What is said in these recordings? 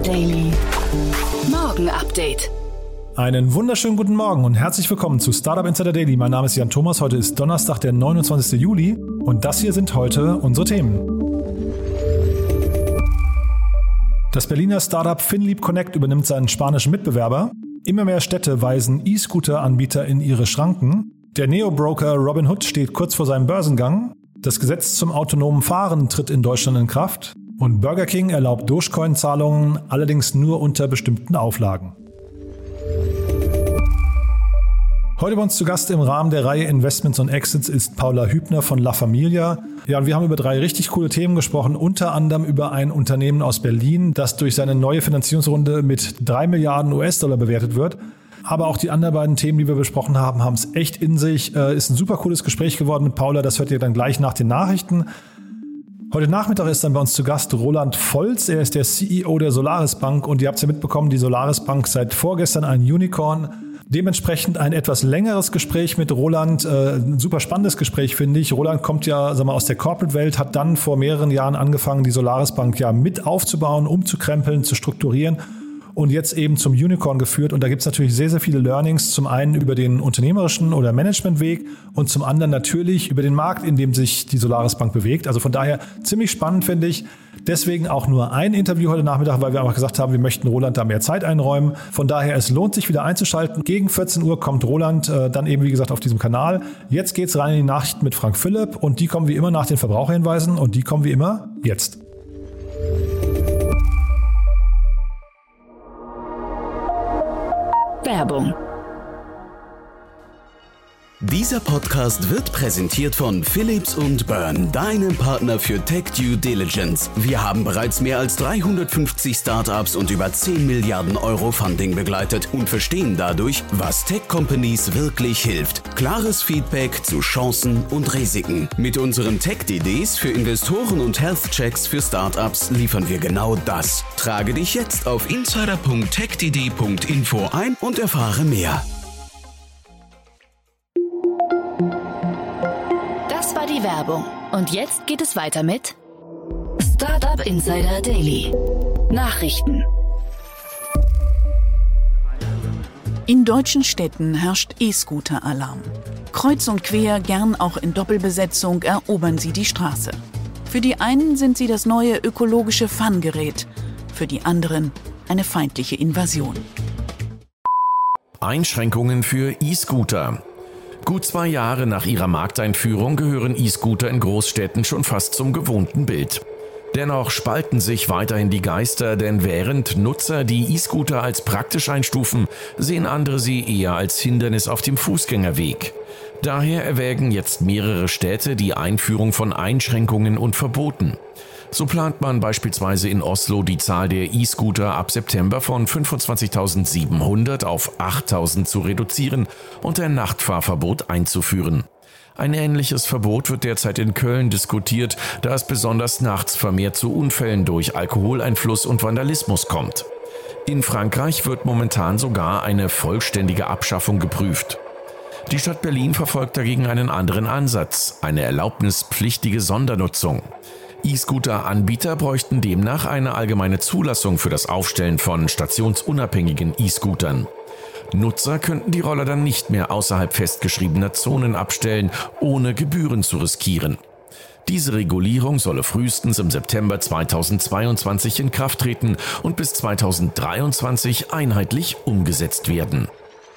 Daily. Morgen Update. Einen wunderschönen guten Morgen und herzlich willkommen zu Startup Insider Daily. Mein Name ist Jan Thomas, heute ist Donnerstag, der 29. Juli und das hier sind heute unsere Themen. Das Berliner Startup FinLeap Connect übernimmt seinen spanischen Mitbewerber. Immer mehr Städte weisen E-Scooter-Anbieter in ihre Schranken. Der Neo-Broker Robinhood steht kurz vor seinem Börsengang. Das Gesetz zum autonomen Fahren tritt in Deutschland in Kraft. Und Burger King erlaubt Dogecoin-Zahlungen, allerdings nur unter bestimmten Auflagen. Heute bei uns zu Gast im Rahmen der Reihe Investments und Exits ist Paula Hübner von La Familia. Ja, und wir haben über 3 richtig coole Themen gesprochen, unter anderem über ein Unternehmen aus Berlin, das durch seine neue Finanzierungsrunde mit 3 Milliarden US-Dollar bewertet wird. Aber auch die anderen beiden Themen, die wir besprochen haben, haben es echt in sich. Ist ein super cooles Gespräch geworden mit Paula, das hört ihr dann gleich nach den Nachrichten. Heute Nachmittag ist dann bei uns zu Gast Roland Volz. Er ist der CEO der Solaris Bank und ihr habt es ja mitbekommen, die Solaris Bank seit vorgestern ein Unicorn. Dementsprechend ein etwas längeres Gespräch mit Roland, ein super spannendes Gespräch, finde ich. Roland kommt ja aus der Corporate-Welt, hat dann vor mehreren Jahren angefangen, die Solaris Bank ja mit aufzubauen, umzukrempeln, zu strukturieren und jetzt eben zum Unicorn geführt. Und da gibt es natürlich sehr, sehr viele Learnings, zum einen über den unternehmerischen oder Managementweg und zum anderen natürlich über den Markt, in dem sich die Solaris Bank bewegt. Also von daher ziemlich spannend, finde ich. Deswegen auch nur ein Interview heute Nachmittag, weil wir einfach gesagt haben, wir möchten Roland da mehr Zeit einräumen. Von daher, es lohnt sich wieder einzuschalten. Gegen 14 Uhr kommt Roland dann eben, wie gesagt, auf diesem Kanal. Jetzt geht's rein in die Nachrichten mit Frank Philipp und die kommen wie immer nach den Verbraucherhinweisen und die kommen wie immer jetzt. Werbung. Dieser Podcast wird präsentiert von Philips und Byrne, deinem Partner für Tech Due Diligence. Wir haben bereits mehr als 350 Startups und über 10 Milliarden Euro Funding begleitet und verstehen dadurch, was Tech-Companies wirklich hilft. Klares Feedback zu Chancen und Risiken. Mit unseren Tech-DDs für Investoren und Health-Checks für Startups liefern wir genau das. Trage dich jetzt auf insider.techdd.info ein und erfahre mehr. Das war die Werbung. Und jetzt geht es weiter mit Startup Insider Daily. Nachrichten. In deutschen Städten herrscht E-Scooter-Alarm. Kreuz und quer, gern auch in Doppelbesetzung, erobern sie die Straße. Für die einen sind sie das neue ökologische Fun-Gerät, für die anderen eine feindliche Invasion. Einschränkungen für E-Scooter. Gut 2 Jahre nach ihrer Markteinführung gehören E-Scooter in Großstädten schon fast zum gewohnten Bild. Dennoch spalten sich weiterhin die Geister, denn während Nutzer die E-Scooter als praktisch einstufen, sehen andere sie eher als Hindernis auf dem Fußgängerweg. Daher erwägen jetzt mehrere Städte die Einführung von Einschränkungen und Verboten. So plant man beispielsweise in Oslo die Zahl der E-Scooter ab September von 25.700 auf 8.000 zu reduzieren und ein Nachtfahrverbot einzuführen. Ein ähnliches Verbot wird derzeit in Köln diskutiert, da es besonders nachts vermehrt zu Unfällen durch Alkoholeinfluss und Vandalismus kommt. In Frankreich wird momentan sogar eine vollständige Abschaffung geprüft. Die Stadt Berlin verfolgt dagegen einen anderen Ansatz, eine erlaubnispflichtige Sondernutzung. E-Scooter-Anbieter bräuchten demnach eine allgemeine Zulassung für das Aufstellen von stationsunabhängigen E-Scootern. Nutzer könnten die Roller dann nicht mehr außerhalb festgeschriebener Zonen abstellen, ohne Gebühren zu riskieren. Diese Regulierung solle frühestens im September 2022 in Kraft treten und bis 2023 einheitlich umgesetzt werden.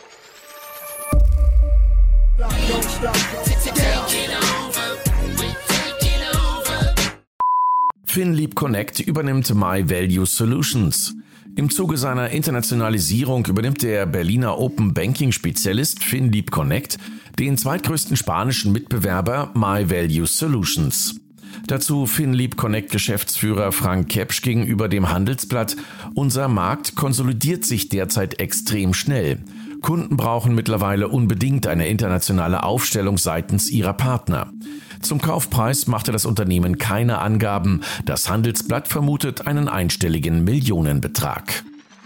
FinLeap Connect übernimmt MyValue Solutions. Im Zuge seiner Internationalisierung übernimmt der Berliner Open Banking Spezialist FinLeap Connect den zweitgrößten spanischen Mitbewerber MyValue Solutions. Dazu FinLeap Connect Geschäftsführer Frank Kepsch gegenüber dem Handelsblatt: Unser Markt konsolidiert sich derzeit extrem schnell. Kunden brauchen mittlerweile unbedingt eine internationale Aufstellung seitens ihrer Partner. Zum Kaufpreis machte das Unternehmen keine Angaben. Das Handelsblatt vermutet einen einstelligen Millionenbetrag.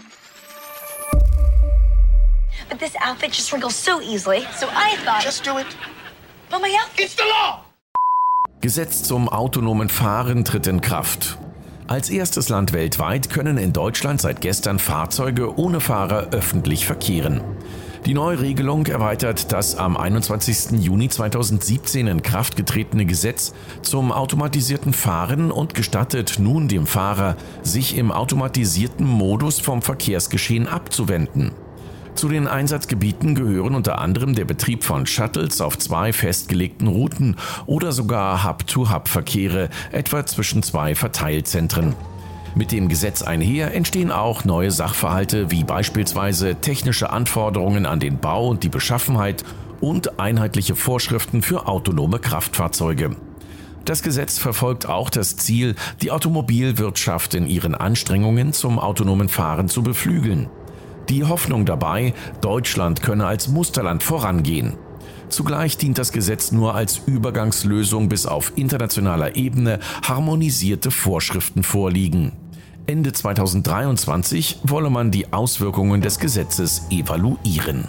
But this outfit just wrinkles so easily, so I thought... Just do it. But my outfit... It's the law! Gesetz zum autonomen Fahren tritt in Kraft. Als erstes Land weltweit können in Deutschland seit gestern Fahrzeuge ohne Fahrer öffentlich verkehren. Die neue Regelung erweitert das am 21. Juni 2017 in Kraft getretene Gesetz zum automatisierten Fahren und gestattet nun dem Fahrer, sich im automatisierten Modus vom Verkehrsgeschehen abzuwenden. Zu den Einsatzgebieten gehören unter anderem der Betrieb von Shuttles auf 2 festgelegten Routen oder sogar Hub-to-Hub-Verkehre, etwa zwischen 2 Verteilzentren. Mit dem Gesetz einher entstehen auch neue Sachverhalte wie beispielsweise technische Anforderungen an den Bau und die Beschaffenheit und einheitliche Vorschriften für autonome Kraftfahrzeuge. Das Gesetz verfolgt auch das Ziel, die Automobilwirtschaft in ihren Anstrengungen zum autonomen Fahren zu beflügeln. Die Hoffnung dabei, Deutschland könne als Musterland vorangehen. Zugleich dient das Gesetz nur als Übergangslösung, bis auf internationaler Ebene harmonisierte Vorschriften vorliegen. Ende 2023 wolle man die Auswirkungen des Gesetzes evaluieren.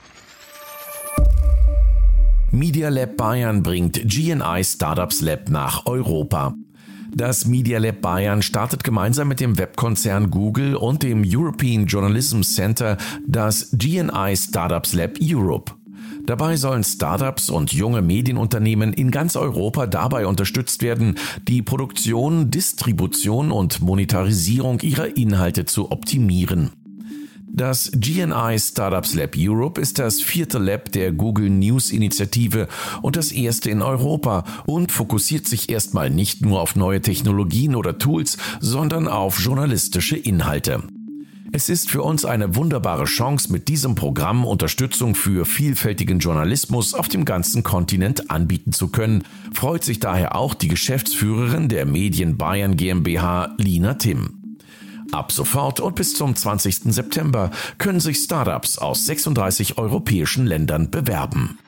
Media Lab Bayern bringt GNI Startups Lab nach Europa. Das Media Lab Bayern startet gemeinsam mit dem Webkonzern Google und dem European Journalism Center das GNI Startups Lab Europe. Dabei sollen Startups und junge Medienunternehmen in ganz Europa dabei unterstützt werden, die Produktion, Distribution und Monetarisierung ihrer Inhalte zu optimieren. Das GNI Startups Lab Europe ist das 4. Lab der Google News Initiative und das erste in Europa und fokussiert sich erstmal nicht nur auf neue Technologien oder Tools, sondern auf journalistische Inhalte. Es ist für uns eine wunderbare Chance, mit diesem Programm Unterstützung für vielfältigen Journalismus auf dem ganzen Kontinent anbieten zu können, freut sich daher auch die Geschäftsführerin der Medien Bayern GmbH, Lina Timm. Ab sofort und bis zum 20. September können sich Startups aus 36 europäischen Ländern bewerben.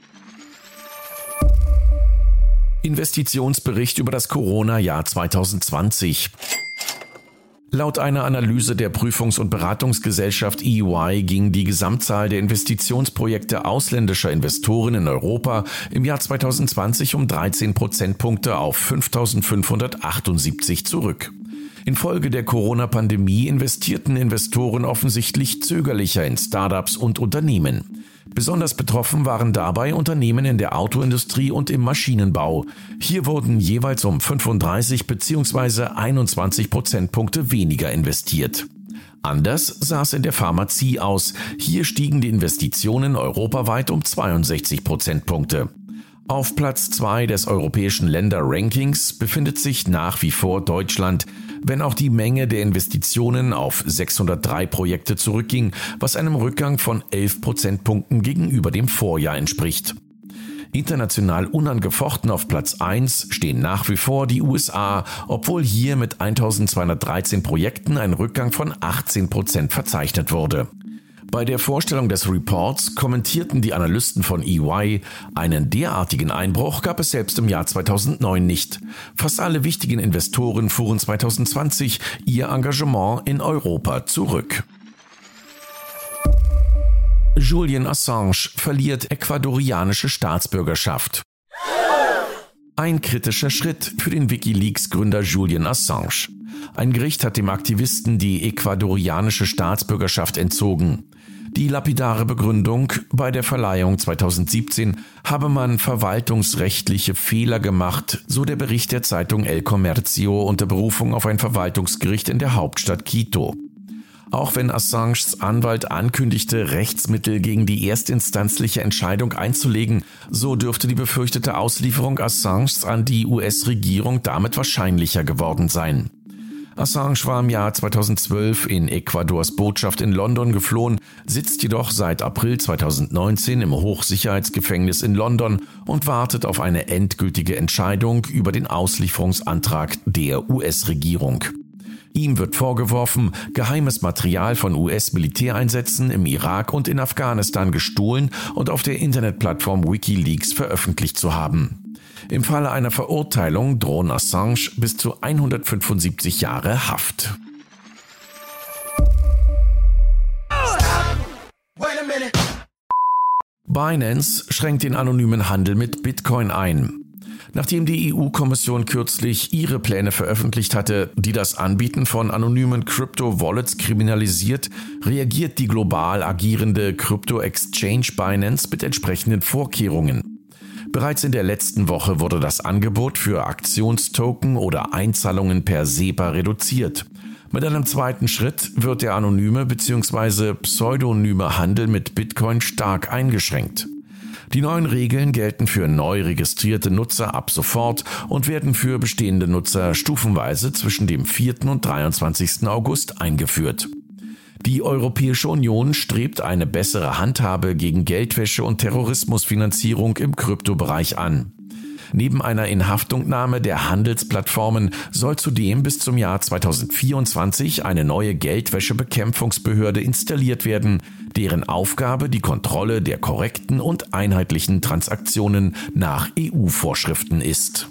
Investitionsbericht über das Corona-Jahr 2020. Laut einer Analyse der Prüfungs- und Beratungsgesellschaft EY ging die Gesamtzahl der Investitionsprojekte ausländischer Investoren in Europa im Jahr 2020 um 13 Prozentpunkte auf 5.578 zurück. Infolge der Corona-Pandemie investierten Investoren offensichtlich zögerlicher in Startups und Unternehmen. Besonders betroffen waren dabei Unternehmen in der Autoindustrie und im Maschinenbau. Hier wurden jeweils um 35 bzw. 21 Prozentpunkte weniger investiert. Anders sah es in der Pharmazie aus. Hier stiegen die Investitionen europaweit um 62 Prozentpunkte. Auf Platz 2 des europäischen Länder-Rankings befindet sich nach wie vor Deutschland, wenn auch die Menge der Investitionen auf 603 Projekte zurückging, was einem Rückgang von 11 Prozentpunkten gegenüber dem Vorjahr entspricht. International unangefochten auf Platz 1 stehen nach wie vor die USA, obwohl hier mit 1213 Projekten ein Rückgang von 18% verzeichnet wurde. Bei der Vorstellung des Reports kommentierten die Analysten von EY, einen derartigen Einbruch gab es selbst im Jahr 2009 nicht. Fast alle wichtigen Investoren fuhren 2020 ihr Engagement in Europa zurück. Julian Assange verliert ecuadorianische Staatsbürgerschaft. Ein kritischer Schritt für den WikiLeaks-Gründer Julian Assange. Ein Gericht hat dem Aktivisten die ecuadorianische Staatsbürgerschaft entzogen. Die lapidare Begründung: bei der Verleihung 2017 habe man verwaltungsrechtliche Fehler gemacht, so der Bericht der Zeitung El Comercio unter Berufung auf ein Verwaltungsgericht in der Hauptstadt Quito. Auch wenn Assanges Anwalt ankündigte, Rechtsmittel gegen die erstinstanzliche Entscheidung einzulegen, so dürfte die befürchtete Auslieferung Assanges an die US-Regierung damit wahrscheinlicher geworden sein. Assange war im Jahr 2012 in Ecuadors Botschaft in London geflohen, sitzt jedoch seit April 2019 im Hochsicherheitsgefängnis in London und wartet auf eine endgültige Entscheidung über den Auslieferungsantrag der US-Regierung. Ihm wird vorgeworfen, geheimes Material von US-Militäreinsätzen im Irak und in Afghanistan gestohlen und auf der Internetplattform WikiLeaks veröffentlicht zu haben. Im Falle einer Verurteilung drohen Assange bis zu 175 Jahre Haft. Binance schränkt den anonymen Handel mit Bitcoin ein. Nachdem die EU-Kommission kürzlich ihre Pläne veröffentlicht hatte, die das Anbieten von anonymen Crypto-Wallets kriminalisiert, reagiert die global agierende Crypto-Exchange Binance mit entsprechenden Vorkehrungen. Bereits in der letzten Woche wurde das Angebot für Aktionstoken oder Einzahlungen per SEPA reduziert. Mit einem zweiten Schritt wird der anonyme bzw. pseudonyme Handel mit Bitcoin stark eingeschränkt. Die neuen Regeln gelten für neu registrierte Nutzer ab sofort und werden für bestehende Nutzer stufenweise zwischen dem 4. und 23. August eingeführt. Die Europäische Union strebt eine bessere Handhabe gegen Geldwäsche und Terrorismusfinanzierung im Kryptobereich an. Neben einer Inhaftnahme der Handelsplattformen soll zudem bis zum Jahr 2024 eine neue Geldwäschebekämpfungsbehörde installiert werden, deren Aufgabe die Kontrolle der korrekten und einheitlichen Transaktionen nach EU-Vorschriften ist.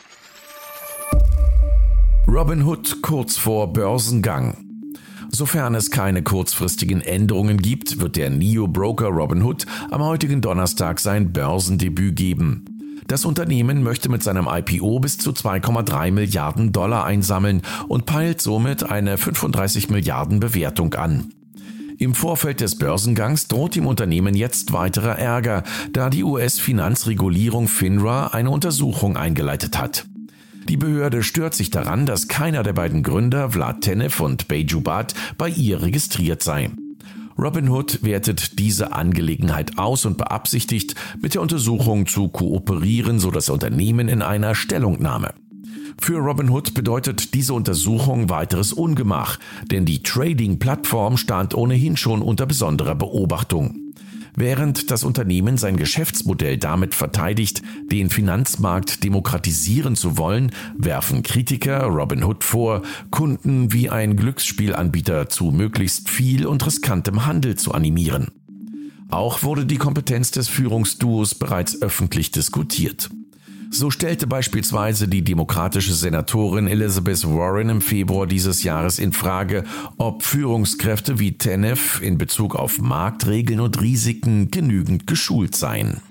Robinhood kurz vor Börsengang. Sofern es keine kurzfristigen Änderungen gibt, wird der Neo-Broker Robinhood am heutigen Donnerstag sein Börsendebüt geben. Das Unternehmen möchte mit seinem IPO bis zu 2,3 Milliarden Dollar einsammeln und peilt somit eine 35 Milliarden Bewertung an. Im Vorfeld des Börsengangs droht dem Unternehmen jetzt weiterer Ärger, da die US-Finanzregulierung FINRA eine Untersuchung eingeleitet hat. Die Behörde stört sich daran, dass keiner der beiden Gründer, Vlad Tenev und Baiju Bhatt, bei ihr registriert sei. Robinhood wertet diese Angelegenheit aus und beabsichtigt, mit der Untersuchung zu kooperieren, so das Unternehmen in einer Stellungnahme. Für Robinhood bedeutet diese Untersuchung weiteres Ungemach, denn die Trading-Plattform stand ohnehin schon unter besonderer Beobachtung. Während das Unternehmen sein Geschäftsmodell damit verteidigt, den Finanzmarkt demokratisieren zu wollen, werfen Kritiker Robinhood vor, Kunden wie ein Glücksspielanbieter zu möglichst viel und riskantem Handel zu animieren. Auch wurde die Kompetenz des Führungsduos bereits öffentlich diskutiert. So stellte beispielsweise die demokratische Senatorin Elizabeth Warren im Februar dieses Jahres in Frage, ob Führungskräfte wie Tenev in Bezug auf Marktregeln und Risiken genügend geschult seien.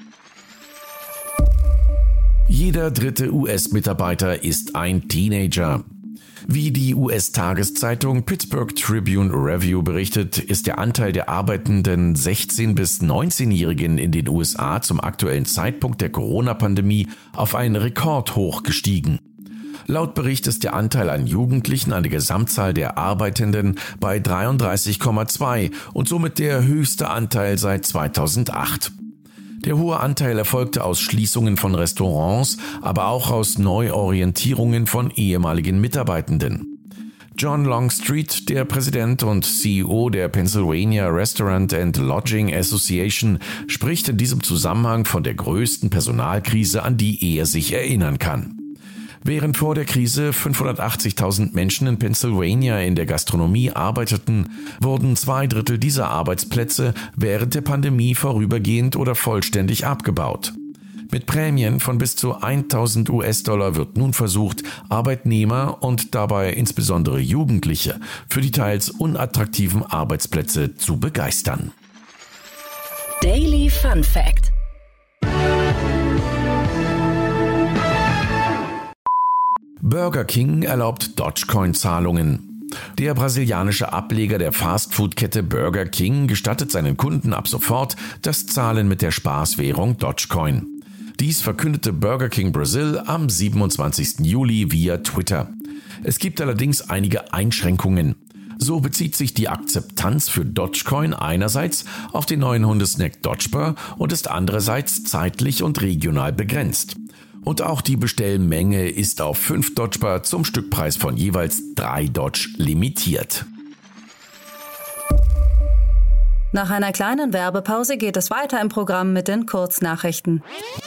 Jeder dritte US-Mitarbeiter ist ein Teenager. Wie die US-Tageszeitung Pittsburgh Tribune Review berichtet, ist der Anteil der arbeitenden 16- bis 19-Jährigen in den USA zum aktuellen Zeitpunkt der Corona-Pandemie auf einen Rekordhoch gestiegen. Laut Bericht ist der Anteil an Jugendlichen an der Gesamtzahl der Arbeitenden bei 33,2 und somit der höchste Anteil seit 2008. Der hohe Anteil erfolgte aus Schließungen von Restaurants, aber auch aus Neuorientierungen von ehemaligen Mitarbeitenden. John Longstreet, der Präsident und CEO der Pennsylvania Restaurant and Lodging Association, spricht in diesem Zusammenhang von der größten Personalkrise, an die er sich erinnern kann. Während vor der Krise 580.000 Menschen in Pennsylvania in der Gastronomie arbeiteten, wurden 2/3 dieser Arbeitsplätze während der Pandemie vorübergehend oder vollständig abgebaut. Mit Prämien von bis zu 1.000 US-Dollar wird nun versucht, Arbeitnehmer und dabei insbesondere Jugendliche für die teils unattraktiven Arbeitsplätze zu begeistern. Daily Fun Fact: Burger King erlaubt Dogecoin-Zahlungen. Der brasilianische Ableger der Fastfood-Kette Burger King gestattet seinen Kunden ab sofort das Zahlen mit der Spaßwährung Dogecoin. Dies verkündete Burger King Brasil am 27. Juli via Twitter. Es gibt allerdings einige Einschränkungen. So bezieht sich die Akzeptanz für Dogecoin einerseits auf den neuen Hundesnack Dodgebar und ist andererseits zeitlich und regional begrenzt. Und auch die Bestellmenge ist auf 5 Dodgebar zum Stückpreis von jeweils 3 Dodge limitiert. Nach einer kleinen Werbepause geht es weiter im Programm mit den Kurznachrichten.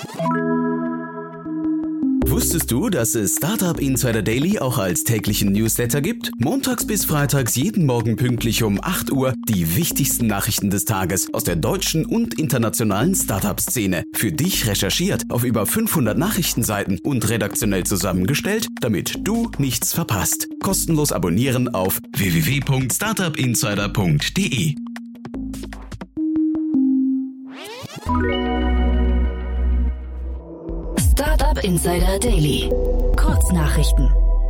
Wusstest du, dass es Startup Insider Daily auch als täglichen Newsletter gibt? Montags bis freitags jeden Morgen pünktlich um 8 Uhr die wichtigsten Nachrichten des Tages aus der deutschen und internationalen Startup-Szene. Für dich recherchiert auf über 500 Nachrichtenseiten und redaktionell zusammengestellt, damit du nichts verpasst. Kostenlos abonnieren auf www.startupinsider.de. Startup Insider Daily. Kurznachrichten.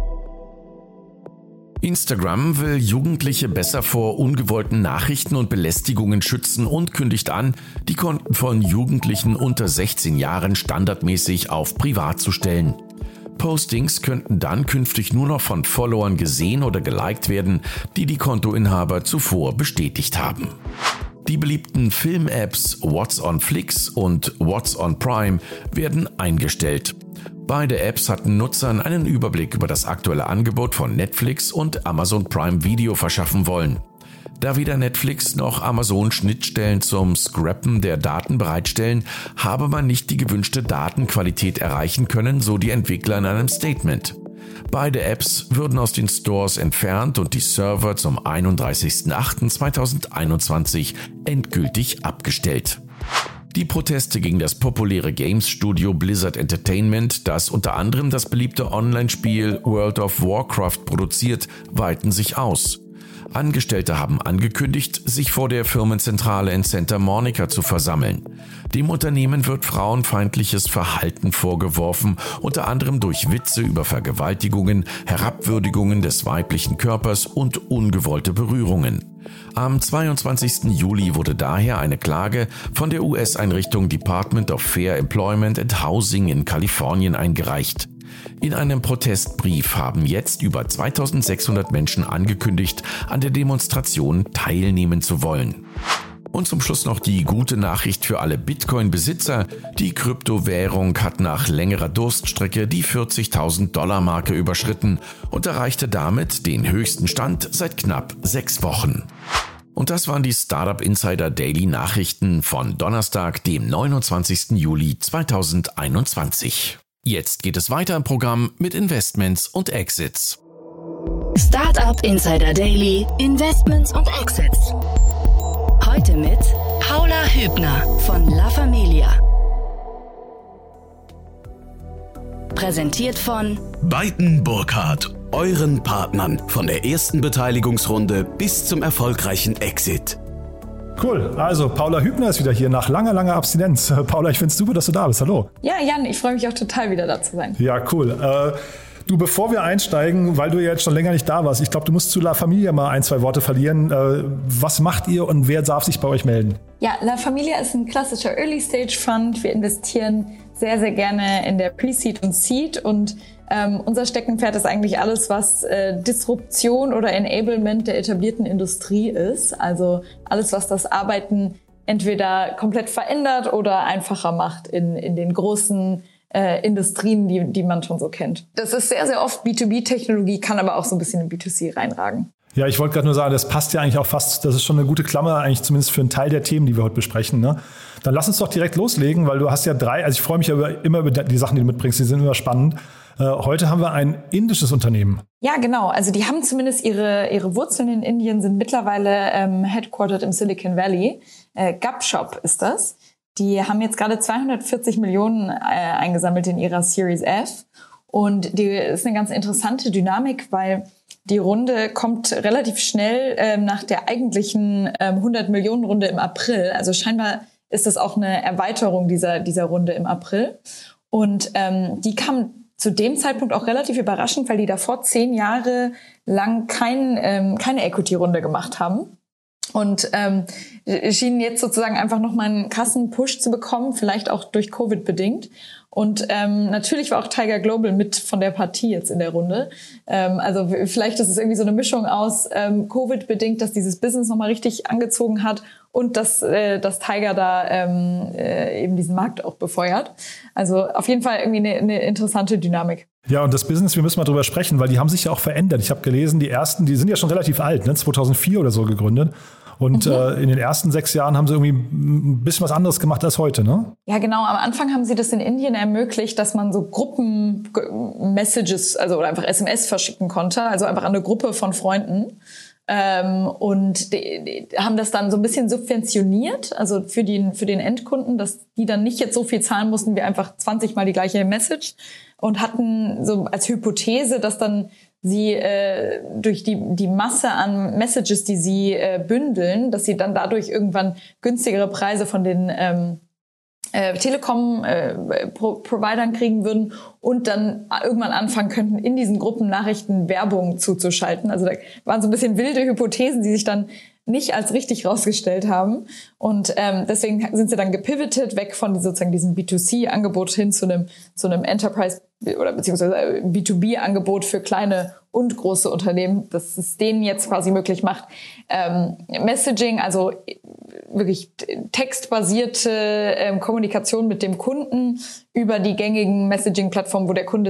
Instagram will Jugendliche besser vor ungewollten Nachrichten und Belästigungen schützen und kündigt an, die Konten von Jugendlichen unter 16 Jahren standardmäßig auf privat zu stellen. Postings könnten dann künftig nur noch von Followern gesehen oder geliked werden, die die Kontoinhaber zuvor bestätigt haben. Die beliebten Film-Apps What's on Flix und What's on Prime werden eingestellt. Beide Apps hatten Nutzern einen Überblick über das aktuelle Angebot von Netflix und Amazon Prime Video verschaffen wollen. Da weder Netflix noch Amazon Schnittstellen zum Scrappen der Daten bereitstellen, habe man nicht die gewünschte Datenqualität erreichen können, so die Entwickler in einem Statement. Beide Apps würden aus den Stores entfernt und die Server zum 31.08.2021 endgültig abgestellt. Die Proteste gegen das populäre Games-Studio Blizzard Entertainment, das unter anderem das beliebte Online-Spiel World of Warcraft produziert, weiten sich aus. Angestellte haben angekündigt, sich vor der Firmenzentrale in Santa Monica zu versammeln. Dem Unternehmen wird frauenfeindliches Verhalten vorgeworfen, unter anderem durch Witze über Vergewaltigungen, Herabwürdigungen des weiblichen Körpers und ungewollte Berührungen. Am 22. Juli wurde daher eine Klage von der US-Einrichtung Department of Fair Employment and Housing in Kalifornien eingereicht. In einem Protestbrief haben jetzt über 2600 Menschen angekündigt, an der Demonstration teilnehmen zu wollen. Und zum Schluss noch die gute Nachricht für alle Bitcoin-Besitzer. Die Kryptowährung hat nach längerer Durststrecke die $40.000-Marke überschritten und erreichte damit den höchsten Stand seit knapp 6 Wochen. Und das waren die Startup Insider Daily Nachrichten von Donnerstag, dem 29. Juli 2021. Jetzt geht es weiter im Programm mit Investments und Exits. Startup Insider Daily, Investments und Exits. Heute mit Paula Hübner von La Familia. Präsentiert von Beiten Burkhardt, euren Partnern von der ersten Beteiligungsrunde bis zum erfolgreichen Exit. Cool, also Paula Hübner ist wieder hier nach langer Abstinenz. Paula, ich finde es super, dass du da bist. Hallo. Ja, Jan, ich freue mich auch total, wieder da zu sein. Ja, cool. Du, bevor wir einsteigen, weil du ja jetzt schon länger nicht da warst, ich glaube, du musst zu La Familia mal 1-2 Worte verlieren. Was macht ihr und wer darf sich bei euch melden? Ja, La Familia ist ein klassischer Early-Stage-Fund. Wir investieren sehr, sehr gerne in der Pre-Seed und Seed und unser Steckenpferd ist eigentlich alles, was Disruption oder Enablement der etablierten Industrie ist. Also alles, was das Arbeiten entweder komplett verändert oder einfacher macht in den großen Industrien, die man schon so kennt. Das ist sehr, sehr oft B2B-Technologie, kann aber auch so ein bisschen in B2C reinragen. Ja, ich wollte gerade nur sagen, das passt ja eigentlich auch fast, das ist schon eine gute Klammer, eigentlich zumindest für einen Teil der Themen, die wir heute besprechen, ne? Dann lass uns doch direkt loslegen, weil du hast ja 3, also ich freue mich ja immer über die Sachen, die du mitbringst, die sind immer spannend. Heute haben wir ein indisches Unternehmen. Ja, genau. Also die haben zumindest ihre Wurzeln in Indien, sind mittlerweile headquartered im Silicon Valley. Gupshop ist das. Die haben jetzt gerade 240 Millionen eingesammelt in ihrer Series F. Und die ist eine ganz interessante Dynamik, weil die Runde kommt relativ schnell nach der eigentlichen 100-Millionen-Runde im April. Also scheinbar ist das auch eine Erweiterung dieser Runde im April. Und die kam zu dem Zeitpunkt auch relativ überraschend, weil die davor 10 Jahre lang keine Equity-Runde gemacht haben. Und schienen jetzt sozusagen einfach nochmal einen krassen Push zu bekommen, vielleicht auch durch Covid bedingt. Und natürlich war auch Tiger Global mit von der Partie jetzt in der Runde. Also vielleicht ist es irgendwie so eine Mischung aus Covid bedingt, dass dieses Business nochmal richtig angezogen hat und dass Tiger da eben diesen Markt auch befeuert. Also auf jeden Fall irgendwie eine interessante Dynamik. Ja, und das Business, wir müssen mal drüber sprechen, weil die haben sich ja auch verändert. Ich habe gelesen, die ersten, die sind ja schon relativ alt, ne? 2004 oder so gegründet. Und in den ersten 6 Jahren haben sie irgendwie ein bisschen was anderes gemacht als heute, ne? Ja, genau. Am Anfang haben sie das in Indien ermöglicht, dass man so Gruppen-Messages, also oder einfach SMS verschicken konnte, also einfach an eine Gruppe von Freunden. Und die haben das dann so ein bisschen subventioniert, also für den Endkunden, dass die dann nicht jetzt so viel zahlen mussten wie einfach 20 Mal die gleiche Message und hatten so als Hypothese, dass dann sie durch die Masse an Messages, die sie bündeln, dass sie dann dadurch irgendwann günstigere Preise von den Telekom-Providern kriegen würden und dann irgendwann anfangen könnten, in diesen Gruppen Nachrichten Werbung zuzuschalten. Also da waren so ein bisschen wilde Hypothesen, die sich dann nicht als richtig rausgestellt haben. Und deswegen sind sie dann gepivotet, weg von sozusagen diesem B2C-Angebot hin zu einem Enterprise- oder beziehungsweise B2B-Angebot für kleine und große Unternehmen, dass es denen jetzt quasi möglich macht, Messaging, also wirklich textbasierte Kommunikation mit dem Kunden über die gängigen Messaging-Plattformen, wo der Kunde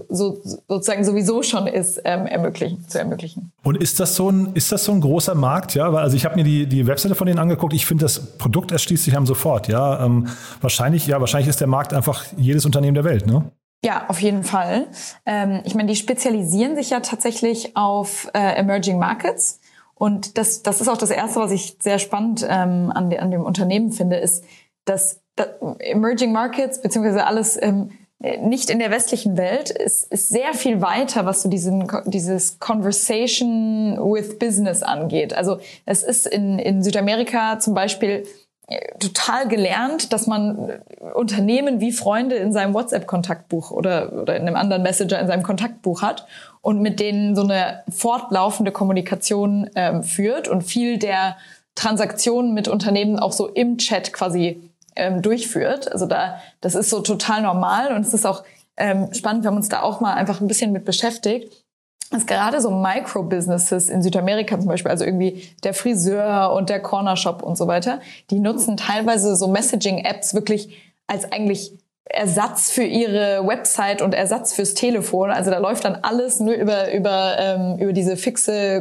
sowieso schon ist, zu ermöglichen. Und ist das so ein großer Markt? Ja, weil also ich habe mir die Webseite von denen angeguckt. Ich finde, das Produkt erschließt sich einem sofort. Ja, wahrscheinlich ist der Markt einfach jedes Unternehmen der Welt, ne? Ja, auf jeden Fall. Ich meine, die spezialisieren sich ja tatsächlich auf Emerging Markets. Und das ist auch das Erste, was ich sehr spannend an dem Unternehmen finde, ist, dass Emerging Markets beziehungsweise alles nicht in der westlichen Welt ist sehr viel weiter, was so dieses Conversation with Business angeht. Also es ist in Südamerika zum Beispiel total gelernt, dass man Unternehmen wie Freunde in seinem WhatsApp-Kontaktbuch oder in einem anderen Messenger in seinem Kontaktbuch hat und mit denen so eine fortlaufende Kommunikation führt und viel der Transaktionen mit Unternehmen auch so im Chat quasi durchführt. Also das ist so total normal und es ist auch spannend, wir haben uns da auch mal einfach ein bisschen mit beschäftigt, dass gerade so Micro-Businesses in Südamerika zum Beispiel, also irgendwie der Friseur und der Cornershop und so weiter, die nutzen teilweise so Messaging-Apps wirklich als eigentlich Ersatz für ihre Website und Ersatz fürs Telefon. Also da läuft dann alles nur über diese fixe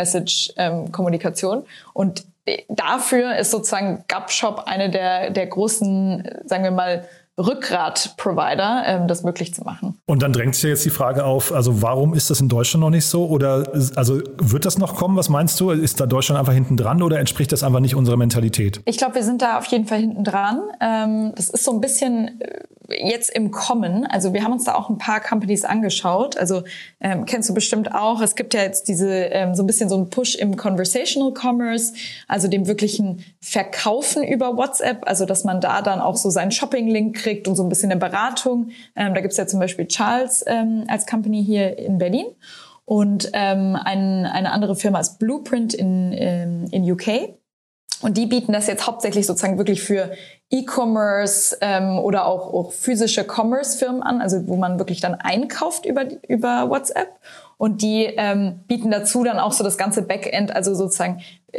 Kurzmessage-Kommunikation. Und dafür ist sozusagen Gupshop eine der großen, sagen wir mal, Rückgrat-Provider, das möglich zu machen. Und dann drängt sich ja jetzt die Frage auf, also warum ist das in Deutschland noch nicht so? Oder also wird das noch kommen? Was meinst du? Ist da Deutschland einfach hinten dran oder entspricht das einfach nicht unserer Mentalität? Ich glaube, wir sind da auf jeden Fall hinten dran. Das ist so ein bisschen jetzt im Kommen. Also wir haben uns da auch ein paar Companies angeschaut. Also kennst du bestimmt auch. Es gibt ja jetzt diese so ein bisschen so einen Push im Conversational Commerce, also dem wirklichen Verkaufen über WhatsApp. Also dass man da dann auch so seinen Shopping-Link kriegt und so ein bisschen eine Beratung. Da gibt's ja zum Beispiel Charles als Company hier in Berlin und eine andere Firma ist Blueprint in UK. Und die bieten das jetzt hauptsächlich sozusagen wirklich für E-Commerce oder auch physische Commerce-Firmen an, also wo man wirklich dann einkauft über WhatsApp. Und die bieten dazu dann auch so das ganze Backend, also sozusagen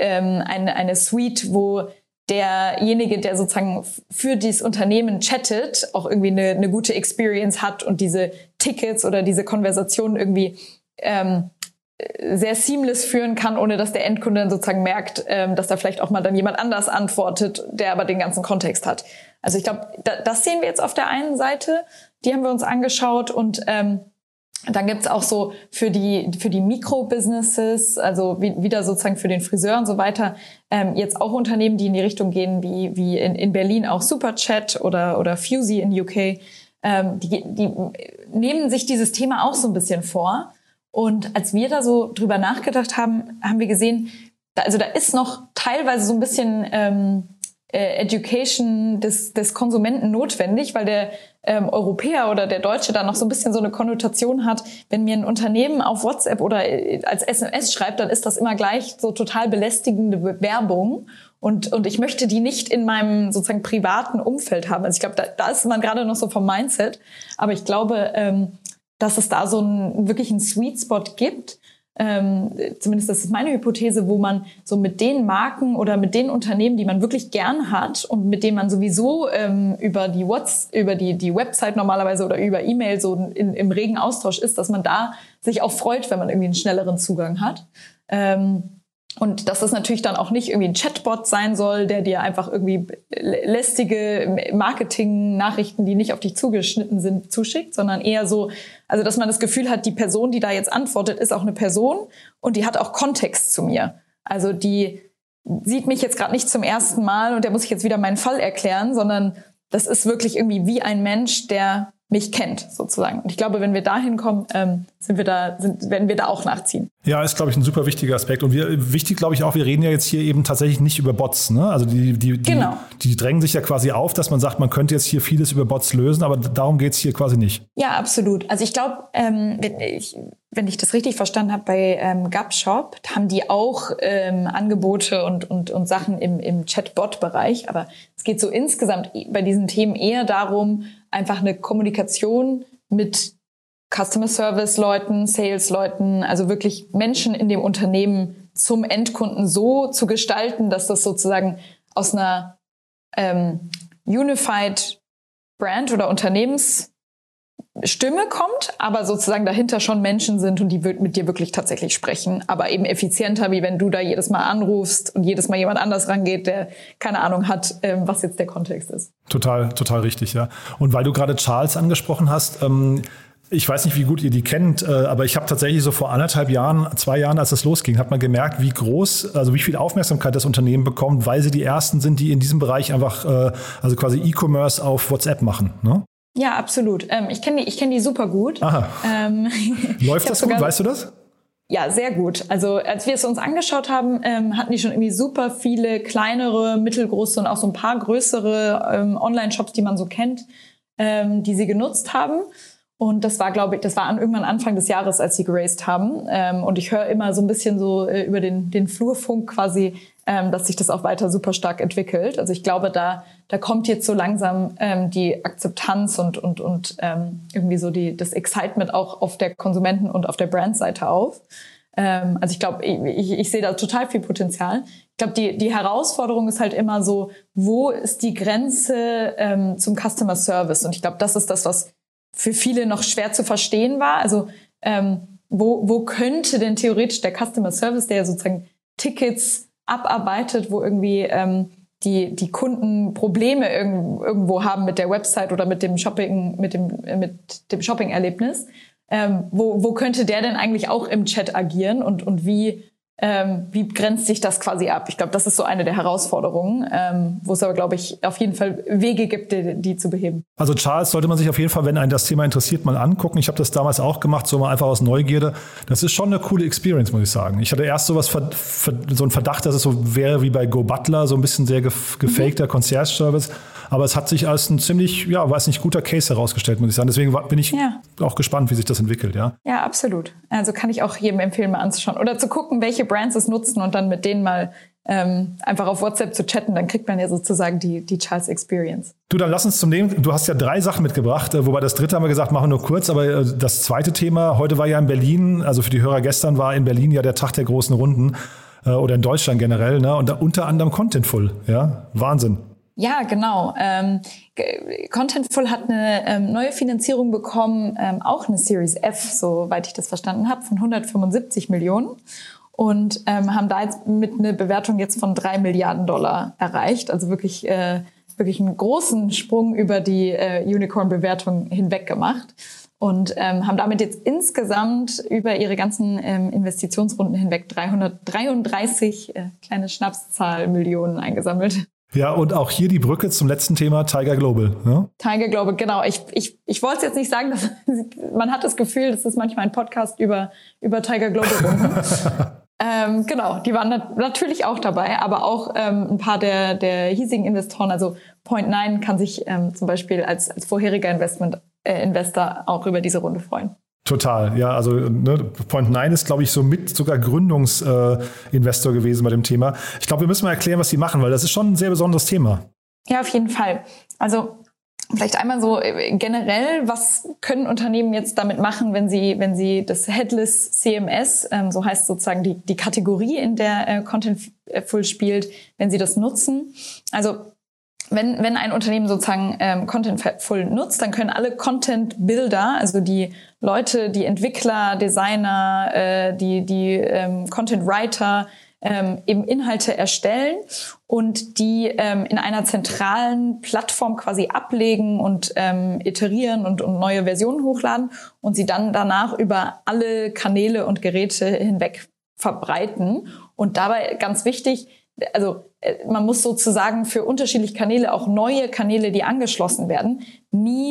eine Suite, wo derjenige, der sozusagen für dieses Unternehmen chattet, auch irgendwie eine gute Experience hat und diese Tickets oder diese Konversationen irgendwie sehr seamless führen kann, ohne dass der Endkunde dann sozusagen merkt, dass da vielleicht auch mal dann jemand anders antwortet, der aber den ganzen Kontext hat. Also ich glaube, das sehen wir jetzt auf der einen Seite, die haben wir uns angeschaut und dann gibt's auch so für die Mikro-Businesses, also wieder sozusagen für den Friseur und so weiter, jetzt auch Unternehmen, die in die Richtung gehen, wie in Berlin auch Superchat oder Fusey in UK, die nehmen sich dieses Thema auch so ein bisschen vor. Und als wir da so drüber nachgedacht haben, haben wir gesehen, da ist noch teilweise so ein bisschen Education des Konsumenten notwendig, weil der Europäer oder der Deutsche da noch so ein bisschen so eine Konnotation hat, wenn mir ein Unternehmen auf WhatsApp oder als SMS schreibt, dann ist das immer gleich so total belästigende Werbung und ich möchte die nicht in meinem sozusagen privaten Umfeld haben. Also ich glaube, da ist man gerade noch so vom Mindset, aber ich glaube, dass es da so wirklich einen Sweet Spot gibt, zumindest das ist meine Hypothese, wo man so mit den Marken oder mit den Unternehmen, die man wirklich gern hat und mit denen man sowieso über die Website normalerweise oder über E-Mail so im regen Austausch ist, dass man da sich auch freut, wenn man irgendwie einen schnelleren Zugang hat. Und dass das natürlich dann auch nicht irgendwie ein Chatbot sein soll, der dir einfach irgendwie lästige Marketing-Nachrichten, die nicht auf dich zugeschnitten sind, zuschickt, sondern eher so, also dass man das Gefühl hat, die Person, die da jetzt antwortet, ist auch eine Person und die hat auch Kontext zu mir. Also die sieht mich jetzt gerade nicht zum ersten Mal und der muss ich jetzt wieder meinen Fall erklären, sondern das ist wirklich irgendwie wie ein Mensch, der mich kennt, sozusagen. Und ich glaube, wenn wir da hinkommen, werden wir da auch nachziehen. Ja, ist, glaube ich, ein super wichtiger Aspekt. Und wichtig, glaube ich, auch, wir reden ja jetzt hier eben tatsächlich nicht über Bots. Ne? Also die drängen sich ja quasi auf, dass man sagt, man könnte jetzt hier vieles über Bots lösen, aber darum geht es hier quasi nicht. Ja, absolut. Also ich glaube, wenn ich das richtig verstanden habe, bei Gupshop haben die auch Angebote und Sachen im Chatbot-Bereich. Aber es geht so insgesamt bei diesen Themen eher darum, einfach eine Kommunikation mit Customer Service Leuten, Sales Leuten, also wirklich Menschen in dem Unternehmen zum Endkunden so zu gestalten, dass das sozusagen aus einer Unified Brand oder Unternehmensstimme kommt, aber sozusagen dahinter schon Menschen sind und die mit dir wirklich tatsächlich sprechen, aber eben effizienter, wie wenn du da jedes Mal anrufst und jedes Mal jemand anders rangeht, der keine Ahnung hat, was jetzt der Kontext ist. Total richtig, ja. Und weil du gerade Charles angesprochen hast, ich weiß nicht, wie gut ihr die kennt, aber ich habe tatsächlich so vor 2 Jahren, als das losging, hat man gemerkt, wie groß, also wie viel Aufmerksamkeit das Unternehmen bekommt, weil sie die ersten sind, die in diesem Bereich einfach, also quasi E-Commerce auf WhatsApp machen, ne? Ja, absolut. Ich kenn die super gut. Aha. Läuft das gut? Weißt du das? Ja, sehr gut. Also als wir es uns angeschaut haben, hatten die schon irgendwie super viele kleinere, mittelgroße und auch so ein paar größere Online-Shops, die man so kennt, die sie genutzt haben. Und das war, glaube ich, irgendwann Anfang des Jahres, als sie geraced haben. Und ich höre immer so ein bisschen so über den Flurfunk quasi, dass sich das auch weiter super stark entwickelt. Also ich glaube, da kommt jetzt so langsam die Akzeptanz und irgendwie so das Excitement auch auf der Konsumenten- und auf der Brandseite auf. Also ich glaube, ich sehe da total viel Potenzial. Ich glaube, die Herausforderung ist halt immer so, wo ist die Grenze zum Customer Service? Und ich glaube, das ist das, was für viele noch schwer zu verstehen war. Also wo könnte denn theoretisch der Customer Service, der ja sozusagen Tickets abarbeitet, wo irgendwie die Kunden Probleme irgendwo haben mit der Website oder mit dem Shopping, mit dem Shopping-Erlebnis, wo könnte der denn eigentlich auch im Chat agieren und wie grenzt sich das quasi ab? Ich glaube, das ist so eine der Herausforderungen, wo es aber, glaube ich, auf jeden Fall Wege gibt, die zu beheben. Also Charles sollte man sich auf jeden Fall, wenn einen das Thema interessiert, mal angucken. Ich habe das damals auch gemacht, so mal einfach aus Neugierde. Das ist schon eine coole Experience, muss ich sagen. Ich hatte erst so einen Verdacht, dass es so wäre wie bei GoButler, so ein bisschen sehr gefakter Concierge-Service. Aber es hat sich als ein ziemlich, guter Case herausgestellt, muss ich sagen. Deswegen bin ich auch gespannt, wie sich das entwickelt, ja. Ja, absolut. Also kann ich auch jedem empfehlen, mal anzuschauen. Oder zu gucken, welche Brands es nutzen und dann mit denen mal einfach auf WhatsApp zu chatten. Dann kriegt man ja sozusagen die Charles Experience. Du, dann lass uns zum Nehmen. Du hast ja 3 Sachen mitgebracht, wobei das dritte haben wir gesagt, machen wir nur kurz. Aber das zweite Thema, heute war ja in Berlin, also für die Hörer gestern war in Berlin ja der Tag der großen Runden oder in Deutschland generell, ne? Und da unter anderem Contentful, ja, Wahnsinn. Ja, genau. Contentful hat eine neue Finanzierung bekommen, auch eine Series F, soweit ich das verstanden habe, von 175 Millionen und haben da jetzt mit einer Bewertung jetzt von $3 Milliarden erreicht. Also wirklich einen großen Sprung über die Unicorn-Bewertung hinweg gemacht und haben damit jetzt insgesamt über ihre ganzen Investitionsrunden hinweg 333 kleine Schnapszahl Millionen eingesammelt. Ja, und auch hier die Brücke zum letzten Thema, Tiger Global. Ne? Tiger Global, genau. Ich wollte es jetzt nicht sagen, man hat das Gefühl, das ist manchmal ein Podcast über Tiger Global. Genau, die waren natürlich auch dabei, aber auch ein paar der hiesigen Investoren, also Point9 kann sich zum Beispiel als vorheriger Investor auch über diese Runde freuen. Total, ja, also Point9 ist, glaube ich, so mit sogar Gründungsinvestor gewesen bei dem Thema. Ich glaube, wir müssen mal erklären, was sie machen, weil das ist schon ein sehr besonderes Thema. Ja, auf jeden Fall. Also vielleicht einmal so generell, was können Unternehmen jetzt damit machen, wenn sie das Headless CMS, so heißt sozusagen die Kategorie, in der Contentful spielt, wenn sie das nutzen. Also wenn ein Unternehmen sozusagen Contentful nutzt, dann können alle Content-Builder, also die Leute, die Entwickler, Designer, die Content-Writer eben Inhalte erstellen und die in einer zentralen Plattform quasi ablegen und iterieren und neue Versionen hochladen und sie dann danach über alle Kanäle und Geräte hinweg verbreiten. Und dabei ganz wichtig, also man muss sozusagen für unterschiedliche Kanäle, auch neue Kanäle, die angeschlossen werden, nie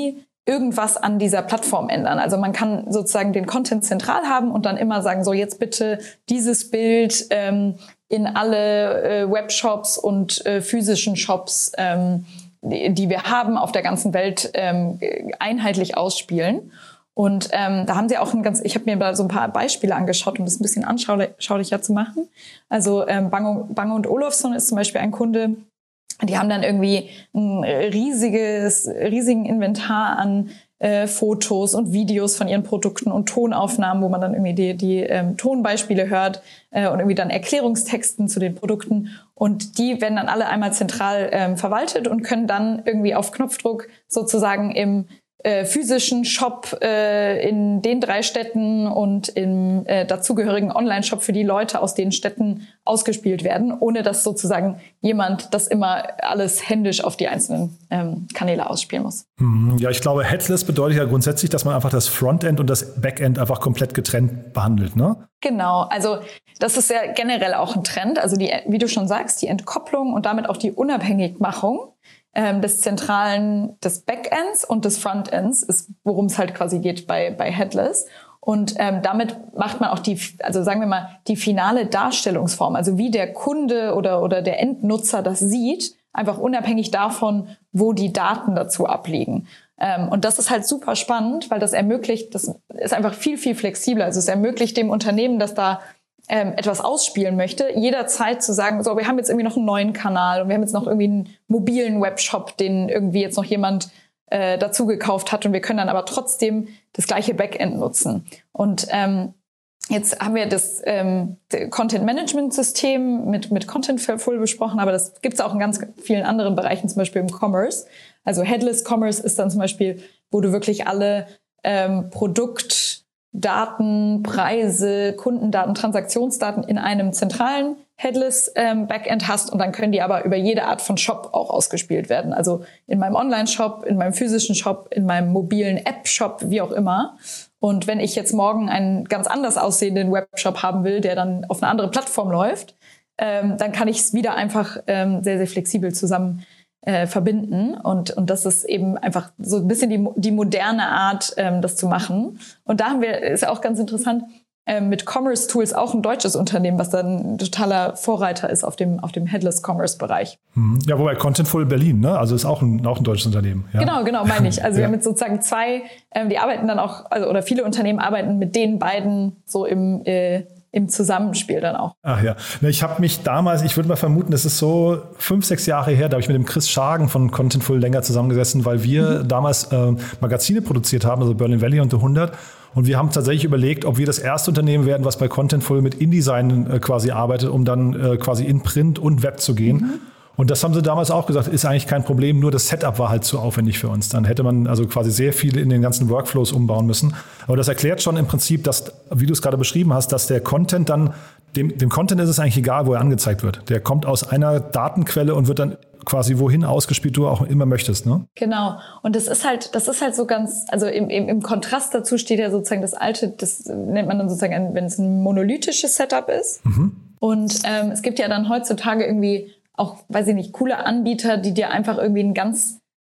irgendwas an dieser Plattform ändern. Also man kann sozusagen den Content zentral haben und dann immer sagen, so jetzt bitte dieses Bild in alle Webshops und physischen Shops, die wir haben auf der ganzen Welt, einheitlich ausspielen. Und da haben sie auch ich habe mir da so ein paar Beispiele angeschaut, um das ein bisschen anschaulicher zu machen. Also Bang & Olufsen ist zum Beispiel ein Kunde. Die haben dann irgendwie ein riesigen Inventar an Fotos und Videos von ihren Produkten und Tonaufnahmen, wo man dann irgendwie die Tonbeispiele hört und irgendwie dann Erklärungstexten zu den Produkten. Und die werden dann alle einmal zentral verwaltet und können dann irgendwie auf Knopfdruck sozusagen im physischen Shop in den 3 Städten und im dazugehörigen Online-Shop für die Leute aus den Städten ausgespielt werden, ohne dass sozusagen jemand das immer alles händisch auf die einzelnen Kanäle ausspielen muss. Ja, ich glaube, Headless bedeutet ja grundsätzlich, dass man einfach das Frontend und das Backend einfach komplett getrennt behandelt, ne? Genau, also das ist ja generell auch ein Trend. Also wie du schon sagst, die Entkopplung und damit auch die Unabhängigmachung des Backends und des Frontends ist, worum es halt quasi geht bei Headless. Und damit macht man auch sagen wir mal, die finale Darstellungsform, also wie der Kunde oder der Endnutzer das sieht, einfach unabhängig davon, wo die Daten dazu abliegen. Und das ist halt super spannend, weil das ist einfach viel, viel flexibler. Also es ermöglicht dem Unternehmen, dass da etwas ausspielen möchte, jederzeit zu sagen, so, wir haben jetzt irgendwie noch einen neuen Kanal und wir haben jetzt noch irgendwie einen mobilen Webshop, den irgendwie jetzt noch jemand dazu gekauft hat und wir können dann aber trotzdem das gleiche Backend nutzen. Und jetzt haben wir das Content-Management-System mit Contentful besprochen, aber das gibt es auch in ganz vielen anderen Bereichen, zum Beispiel im Commerce. Also Headless Commerce ist dann zum Beispiel, wo du wirklich alle Produktdaten, Preise, Kundendaten, Transaktionsdaten in einem zentralen Headless-Backend hast und dann können die aber über jede Art von Shop auch ausgespielt werden. Also in meinem Online-Shop, in meinem physischen Shop, in meinem mobilen App-Shop, wie auch immer. Und wenn ich jetzt morgen einen ganz anders aussehenden Webshop haben will, der dann auf eine andere Plattform läuft, dann kann ich es wieder einfach sehr, sehr flexibel zusammen verbinden. Und das ist eben einfach so ein bisschen die moderne Art, das zu machen. Und da ist ja auch ganz interessant, mit Commerce Tools auch ein deutsches Unternehmen, was dann ein totaler Vorreiter ist auf dem Headless Commerce Bereich. Ja, wobei Contentful Berlin, ne? Also ist auch ein deutsches Unternehmen. Ja. Genau, meine ich. Also wir haben jetzt sozusagen 2, die arbeiten dann auch, oder viele Unternehmen arbeiten mit den beiden so im Zusammenspiel dann auch. Ach ja. Ich habe mich damals, ich würde mal vermuten, das ist so 5, 6 Jahre her, da habe ich mit dem Chris Schagen von Contentful länger zusammengesessen, weil wir damals Magazine produziert haben, also Berlin Valley und The 100. Und wir haben tatsächlich überlegt, ob wir das erste Unternehmen werden, was bei Contentful mit InDesign quasi arbeitet, um dann quasi in Print und Web zu gehen. Und das haben sie damals auch gesagt, ist eigentlich kein Problem, nur das Setup war halt zu aufwendig für uns. Dann hätte man also quasi sehr viel in den ganzen Workflows umbauen müssen. Aber das erklärt schon im Prinzip, dass, wie du es gerade beschrieben hast, dass der Content dann, dem Content ist es eigentlich egal, wo er angezeigt wird. Der kommt aus einer Datenquelle und wird dann quasi wohin ausgespielt du auch immer möchtest, ne? Genau. Und das ist halt so ganz, also im Kontrast dazu steht ja sozusagen das alte, das nennt man dann sozusagen, wenn es ein monolithisches Setup ist. Und es gibt ja dann heutzutage irgendwie auch, weiß ich nicht, coole Anbieter, die dir einfach irgendwie einen ganz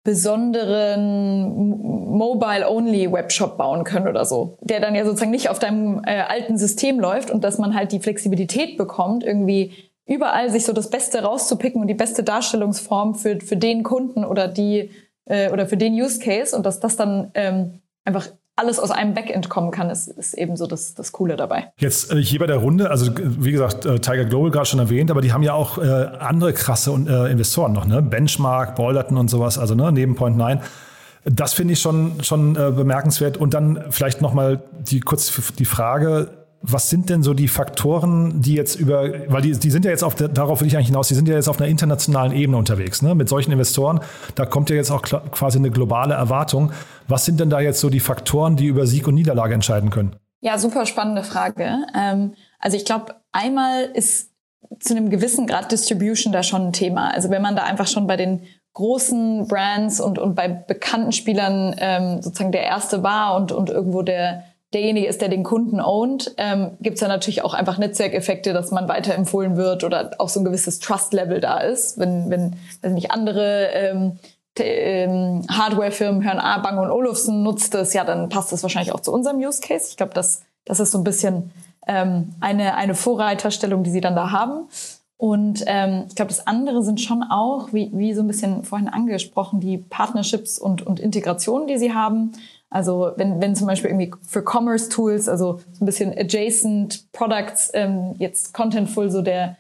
besonderen Mobile-Only-Webshop bauen können oder so, der dann ja sozusagen nicht auf deinem alten System läuft und dass man halt die Flexibilität bekommt, irgendwie überall sich so das Beste rauszupicken und die beste Darstellungsform für den Kunden oder für den Use Case und dass das dann einfach alles aus einem Backend kommen kann, ist eben so das Coole dabei. Jetzt hier bei der Runde, also wie gesagt, Tiger Global gerade schon erwähnt, aber die haben ja auch andere krasse Investoren noch, ne? Benchmark, Balderton und sowas, also ne, neben Point9. Das finde ich schon bemerkenswert. Und dann vielleicht nochmal kurz die Frage, was sind denn so die Faktoren, die jetzt weil die sind ja jetzt darauf will ich eigentlich hinaus, die sind ja jetzt auf einer internationalen Ebene unterwegs, ne? Mit solchen Investoren, da kommt ja jetzt auch quasi eine globale Erwartung. Was sind denn da jetzt so die Faktoren, die über Sieg und Niederlage entscheiden können? Ja, super spannende Frage. Also ich glaube, einmal ist zu einem gewissen Grad Distribution da schon ein Thema. Also wenn man da einfach schon bei den großen Brands und bei bekannten Spielern sozusagen der Erste war und irgendwo derjenige ist, der den Kunden ownt, gibt es ja natürlich auch einfach Netzwerkeffekte, dass man weiterempfohlen wird oder auch so ein gewisses Trust-Level da ist, wenn nicht andere Hardware-Firmen hören, Bang & Olufsen nutzt es, ja, dann passt das wahrscheinlich auch zu unserem Use Case. Ich glaube, das ist so ein bisschen eine Vorreiterstellung, die sie dann da haben. Und ich glaube, das andere sind schon auch, wie so ein bisschen vorhin angesprochen, die Partnerships und Integrationen, die sie haben. Also wenn zum Beispiel irgendwie für Commerce-Tools, also so ein bisschen adjacent Products, jetzt Contentful so der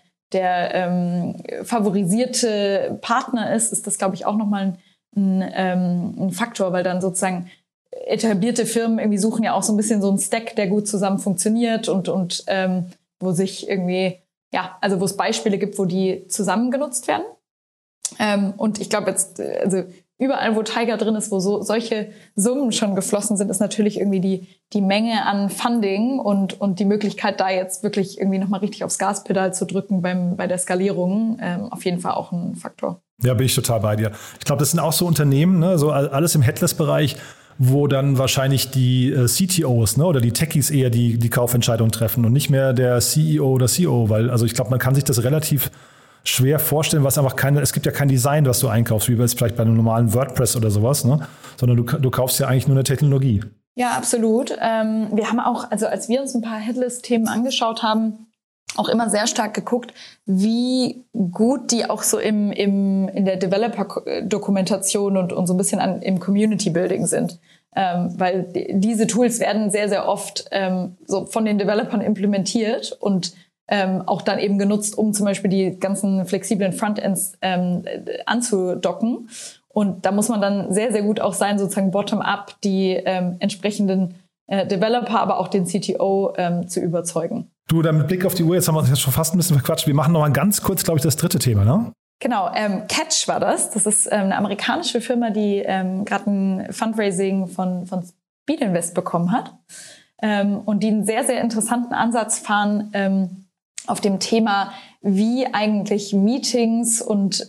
favorisierte Partner ist das, glaube ich, auch nochmal ein Faktor, weil dann sozusagen etablierte Firmen irgendwie suchen ja auch so ein bisschen so einen Stack, der gut zusammen funktioniert und wo sich irgendwie, ja, also wo es Beispiele gibt, wo die zusammen genutzt werden. Und ich glaube jetzt, also überall, wo Tiger drin ist, wo solche Summen schon geflossen sind, ist natürlich irgendwie die Menge an Funding und die Möglichkeit, da jetzt wirklich irgendwie nochmal richtig aufs Gaspedal zu drücken bei der Skalierung, auf jeden Fall auch ein Faktor. Ja, bin ich total bei dir. Ich glaube, das sind auch so Unternehmen, ne, so alles im Headless-Bereich, wo dann wahrscheinlich die CTOs, ne, oder die Techies eher die Kaufentscheidung treffen und nicht mehr der CEO oder CEO, weil, also ich glaube, man kann sich das relativ schwer vorstellen, was einfach es gibt ja kein Design, was du einkaufst, wie jetzt vielleicht bei einem normalen WordPress oder sowas, ne? Sondern du kaufst ja eigentlich nur eine Technologie. Ja, absolut. Wir haben auch, also als wir uns ein paar Headless-Themen angeschaut haben, auch immer sehr stark geguckt, wie gut die auch so in der Developer-Dokumentation und so ein bisschen im Community-Building sind. Weil diese Tools werden sehr, sehr oft so von den Developern implementiert und auch dann eben genutzt, um zum Beispiel die ganzen flexiblen Frontends anzudocken. Und da muss man dann sehr, sehr gut auch sein, sozusagen bottom-up die entsprechenden Developer, aber auch den CTO zu überzeugen. Du, dann mit Blick auf die Uhr, jetzt haben wir uns schon fast ein bisschen verquatscht. Wir machen noch mal ganz kurz, glaube ich, das dritte Thema, ne? Genau, Catch war das. Das ist eine amerikanische Firma, die gerade ein Fundraising von Speed Invest bekommen hat und die einen sehr, sehr interessanten Ansatz fahren auf dem Thema, wie eigentlich Meetings und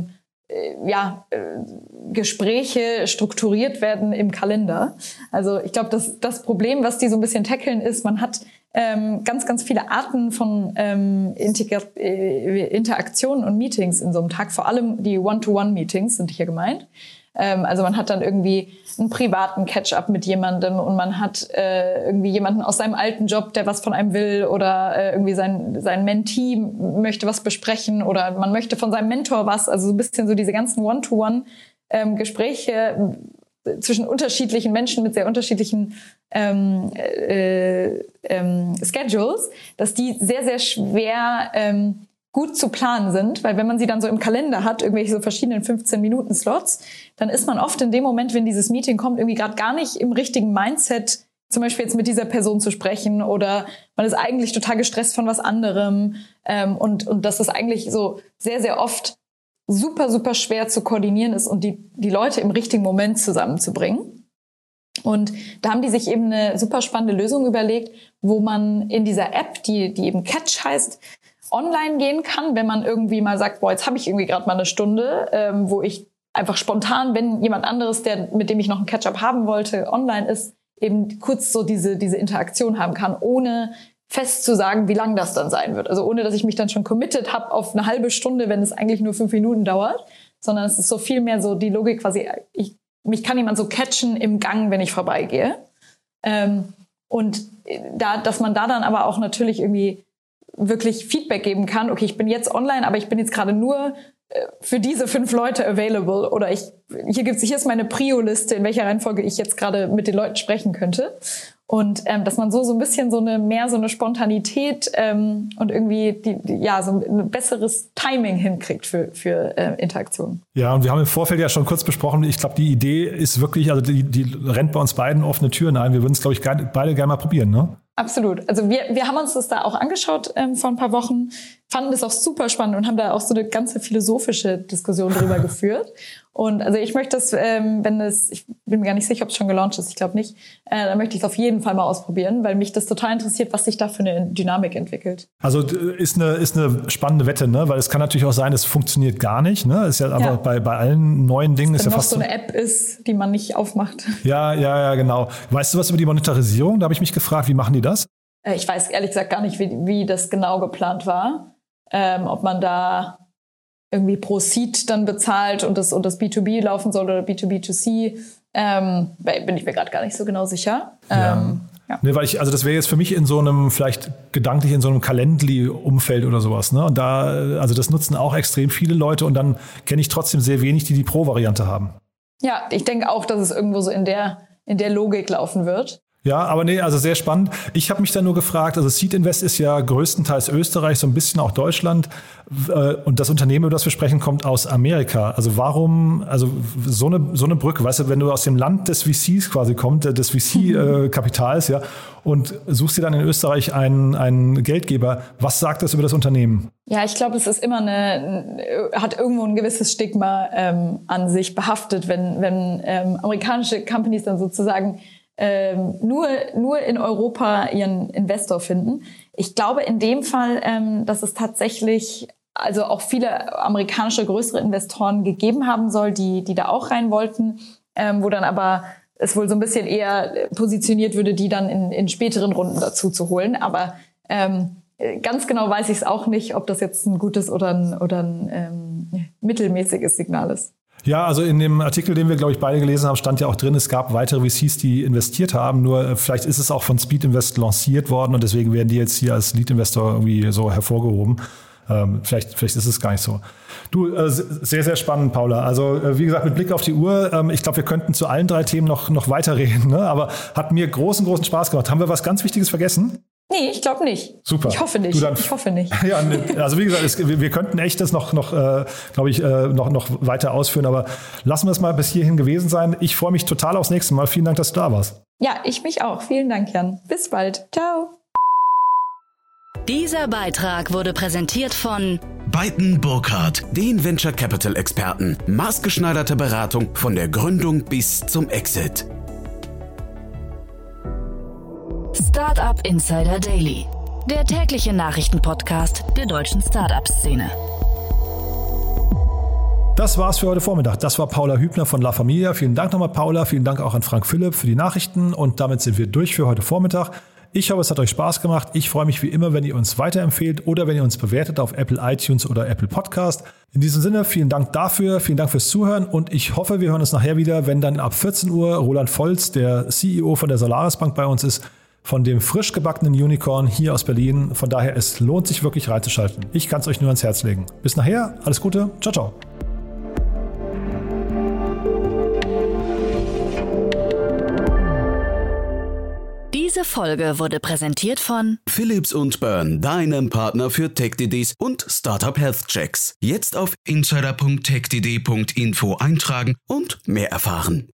Gespräche strukturiert werden im Kalender. Also ich glaube, das Problem, was die so ein bisschen tackeln, ist, man hat ganz, ganz viele Arten von Interaktionen und Meetings in so einem Tag. Vor allem die One-to-One-Meetings sind hier gemeint. Also man hat dann irgendwie einen privaten Catch-up mit jemandem und man hat irgendwie jemanden aus seinem alten Job, der was von einem will oder irgendwie sein Mentee möchte was besprechen oder man möchte von seinem Mentor was. Also so ein bisschen so diese ganzen One-to-One-Gespräche zwischen unterschiedlichen Menschen mit sehr unterschiedlichen Schedules, dass die sehr, sehr schwer gut zu planen sind, weil wenn man sie dann so im Kalender hat, irgendwelche so verschiedenen 15-Minuten-Slots, dann ist man oft in dem Moment, wenn dieses Meeting kommt, irgendwie gerade gar nicht im richtigen Mindset, zum Beispiel jetzt mit dieser Person zu sprechen oder man ist eigentlich total gestresst von was anderem und dass das eigentlich so sehr, sehr oft super, super schwer zu koordinieren ist und die Leute im richtigen Moment zusammenzubringen. Und da haben die sich eben eine super spannende Lösung überlegt, wo man in dieser App, die eben Catch heißt, online gehen kann, wenn man irgendwie mal sagt, boah, jetzt habe ich irgendwie gerade mal eine Stunde, wo ich einfach spontan, wenn jemand anderes, mit dem ich noch einen Catch-up haben wollte, online ist, eben kurz so diese Interaktion haben kann, ohne fest zu sagen, wie lang das dann sein wird. Also ohne, dass ich mich dann schon committed habe auf eine halbe Stunde, wenn es eigentlich nur 5 Minuten dauert, sondern es ist so viel mehr so die Logik quasi, mich kann jemand so catchen im Gang, wenn ich vorbeigehe. Und dass man da dann aber auch natürlich irgendwie wirklich Feedback geben kann, okay, ich bin jetzt online, aber ich bin jetzt gerade nur für diese 5 Leute available oder hier ist meine Prio-Liste, in welcher Reihenfolge ich jetzt gerade mit den Leuten sprechen könnte. Und dass man so ein bisschen so eine Spontanität und irgendwie so ein besseres Timing hinkriegt für Interaktionen. Ja, und wir haben im Vorfeld ja schon kurz besprochen, ich glaube, die Idee ist wirklich, also die rennt bei uns beiden offene Türen ein. Wir würden es, glaube ich, beide gerne mal probieren, ne? Absolut. Also wir haben uns das da auch angeschaut vor ein paar Wochen, fanden das auch super spannend und haben da auch so eine ganze philosophische Diskussion drüber geführt. Und also ich möchte das, ich bin mir gar nicht sicher, ob es schon gelauncht ist, ich glaube nicht, dann möchte ich es auf jeden Fall mal ausprobieren, weil mich das total interessiert, was sich da für eine Dynamik entwickelt. Also ist eine spannende Wette, ne? Weil es kann natürlich auch sein, es funktioniert gar nicht, ne? Ist ja einfach bei allen neuen Dingen ist ja fast so eine App ist, die man nicht aufmacht. Ja, genau. Weißt du was über die Monetarisierung? Da habe ich mich gefragt, wie machen die das? Ich weiß ehrlich gesagt gar nicht, wie das genau geplant war. Ob man da irgendwie pro Seed dann bezahlt und das B2B laufen soll oder B2B2C. Bin ich mir gerade gar nicht so genau sicher. Ja. Nee, weil das wäre jetzt für mich in so einem, vielleicht gedanklich in so einem Calendly-Umfeld oder sowas. Ne? Und das nutzen auch extrem viele Leute und dann kenne ich trotzdem sehr wenig, die Pro-Variante haben. Ja, ich denke auch, dass es irgendwo so in der Logik laufen wird. Ja, aber nee, also sehr spannend. Ich habe mich dann nur gefragt, also Seed Invest ist ja größtenteils Österreich, so ein bisschen auch Deutschland. Und das Unternehmen, über das wir sprechen, kommt aus Amerika. Also warum, also so eine Brücke, weißt du, wenn du aus dem Land des VCs quasi kommst, des VC-Kapitals, ja, und suchst dir dann in Österreich einen Geldgeber, was sagt das über das Unternehmen? Ja, ich glaube, es ist immer hat irgendwo ein gewisses Stigma an sich behaftet, wenn amerikanische Companies dann sozusagen nur in Europa ihren Investor finden. Ich glaube in dem Fall, dass es tatsächlich also auch viele amerikanische größere Investoren gegeben haben soll, die da auch rein wollten, wo dann aber es wohl so ein bisschen eher positioniert würde, die dann in späteren Runden dazu zu holen. Aber ganz genau weiß ich es auch nicht, ob das jetzt ein gutes oder ein mittelmäßiges Signal ist. Ja, also in dem Artikel, den wir, glaube ich, beide gelesen haben, stand ja auch drin, es gab weitere VCs, die investiert haben. Nur vielleicht ist es auch von Speed Invest lanciert worden und deswegen werden die jetzt hier als Lead-Investor irgendwie so hervorgehoben. Vielleicht ist es gar nicht so. Du, sehr, sehr spannend, Paula. Also wie gesagt, mit Blick auf die Uhr, ich glaube, wir könnten zu allen 3 Themen noch weiterreden, ne? Aber hat mir großen Spaß gemacht. Haben wir was ganz Wichtiges vergessen? Nee, ich glaube nicht. Super. Ich hoffe nicht. Ich hoffe nicht. Ja, also wie gesagt, wir könnten echt das noch weiter ausführen, aber lassen wir es mal bis hierhin gewesen sein. Ich freue mich total aufs nächste Mal. Vielen Dank, dass du da warst. Ja, ich mich auch. Vielen Dank, Jan. Bis bald. Ciao. Dieser Beitrag wurde präsentiert von Beiten Burkhardt, den Venture Capital Experten. Maßgeschneiderte Beratung von der Gründung bis zum Exit. Startup Insider Daily, der tägliche Nachrichtenpodcast der deutschen Startup-Szene. Das war's für heute Vormittag. Das war Paula Hübner von La Familia. Vielen Dank nochmal, Paula. Vielen Dank auch an Frank Philipp für die Nachrichten. Und damit sind wir durch für heute Vormittag. Ich hoffe, es hat euch Spaß gemacht. Ich freue mich wie immer, wenn ihr uns weiterempfehlt oder wenn ihr uns bewertet auf Apple iTunes oder Apple Podcast. In diesem Sinne, vielen Dank dafür, vielen Dank fürs Zuhören und ich hoffe, wir hören uns nachher wieder, wenn dann ab 14 Uhr Roland Volz, der CEO von der Solaris Bank, bei uns ist, von dem frisch gebackenen Unicorn hier aus Berlin. Von daher, es lohnt sich wirklich reinzuschalten. Ich kann es euch nur ans Herz legen. Bis nachher, alles Gute, ciao, ciao. Diese Folge wurde präsentiert von Philips & Byrne, deinem Partner für Tech-DDs und Startup Health Checks. Jetzt auf insider.techdd.info eintragen und mehr erfahren.